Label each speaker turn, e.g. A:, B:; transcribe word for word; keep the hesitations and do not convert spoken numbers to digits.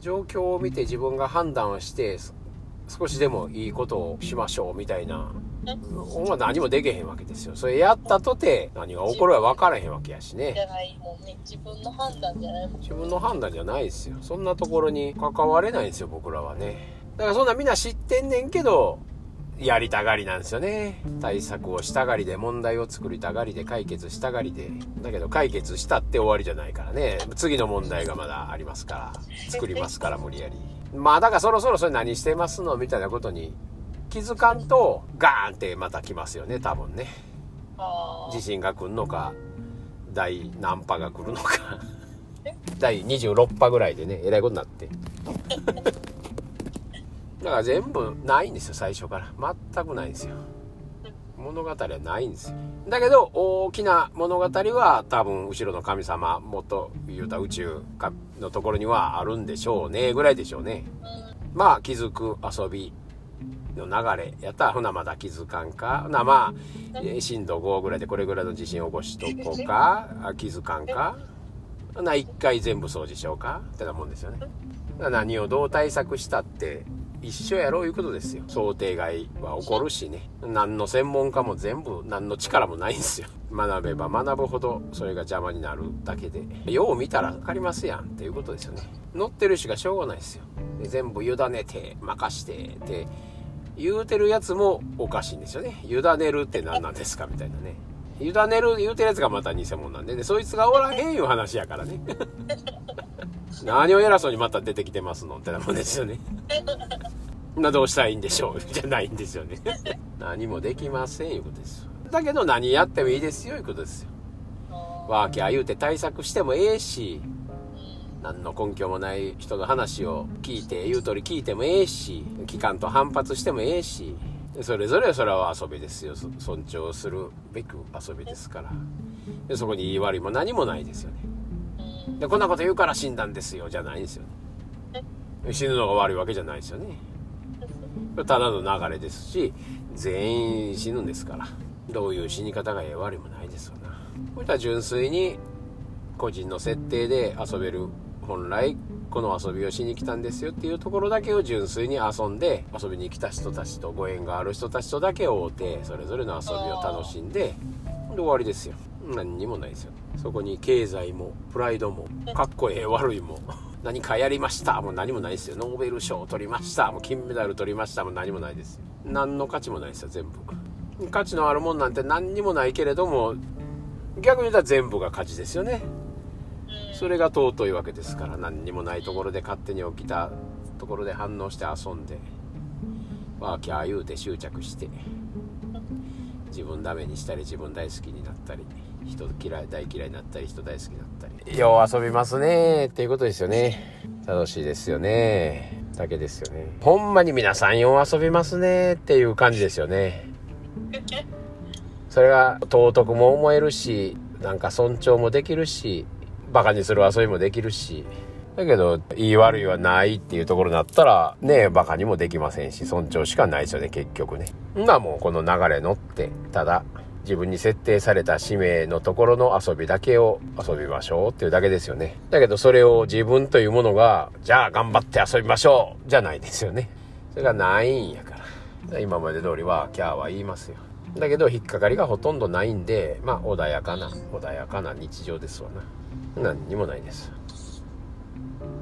A: 状況を見て自分が判断をして少しでもいいことをしましょうみたいな、お前何もできへんわけですよ。それやったとて何が起こるか分からへんわけやしね。
B: じゃないもんね。自分の判断じゃないもん。
A: 自分の判断じゃないですよ。そんなところに関われないんですよ、僕らはね。だからそんなみんな知ってんねんけど、やりたがりなんですよね。対策をしたがりで、問題を作りたがりで、解決したがりで。だけど解決したって終わりじゃないからね。次の問題がまだありますから、作りますから無理やり。まあだからそろそろそれ何してますのみたいなことに気づかんとガーンってまた来ますよね、多分ね。地震が来るのか、第何波が来るのか。第にじゅうろく波ぐらいでね、えらいことになって。だから全部ないんですよ、最初から。全くないんですよ。物語はないんですよ。だけど大きな物語は多分後ろの神様、もっと言うた宇宙のところにはあるんでしょうねぐらいでしょうね。まあ気づく遊びの流れやったらほなまだ気づかんかな、まあ震度ごぐらいでこれぐらいの地震を起こしとこうか、気づかんかな、一回全部掃除しようかってなもんですよね。何をどう対策したって一緒やろういうことですよ。想定外は起こるしね。何の専門家も全部何の力もないんですよ。学べば学ぶほどそれが邪魔になるだけで、よう見たら分かりますやんっていうことですよね。乗ってるしかしょうがないですよ。で全部委ねて任してって言うてるやつもおかしいんですよね。委ねるって何なんですかみたいなね。委ねる言うてるやつがまた偽物なんで、ね、そいつがおらへんいう話やからね。何を偉そうにまた出てきてますのってなもんですよね。などうしたらいいんでしょうじゃないんですよね。何もできませんいうことですよ。だけど何やってもいいですよいうことですよ。ワーキャー言うて対策してもええし、何の根拠もない人の話を聞いて言う通り聞いてもええし、機関と反発してもええし、それぞれそれは遊びですよ。尊重するべく遊びですから。でそこに言い悪いも何もないですよね。でこんなこと言うから死んだんですよじゃないんですよね。死ぬのが悪いわけじゃないですよね。ただの流れですし、全員死ぬんですから、どういう死に方がええ悪いもないですよな。こういった純粋に個人の設定で遊べる、本来この遊びをしに来たんですよっていうところだけを純粋に遊んで、遊びに来た人たちとご縁がある人たちとだけ会うて、それぞれの遊びを楽しんで、で終わりですよ。何にもないですよ。そこに経済もプライドもかっこええ悪いも何かやりましたもう何もないですよ。ノーベル賞を取りましたもう金メダル取りましたもう何もないですよ。何の価値もないですよ。全部価値のあるもんなんて何にもないけれども、逆に言ったら全部が価値ですよね。それが尊いわけですから。何にもないところで勝手に起きたところで反応して遊んでワーキャー言うて執着して自分ダメにしたり自分大好きになったり人嫌い大嫌いになったり人大好きになったり、よう遊びますねっていうことですよね。楽しいですよねだけですよね。ほんまに皆さんよう遊びますねっていう感じですよね。それが尊くも思えるし、なんか尊重もできるし、バカにする遊びもできるし、だけど言い悪いはないっていうところになったらね、バカにもできませんし、尊重しかないですよね結局ね。まあもうこの流れ乗ってただ自分に設定された使命のところの遊びだけを遊びましょうっていうだけですよね。だけどそれを自分というものがじゃあ頑張って遊びましょうじゃないですよね。それがないんやから、今まで通りはキャーは言いますよ。だけど引っかかりがほとんどないんで、まあ穏やかな穏やかな日常ですわな。何にもないです。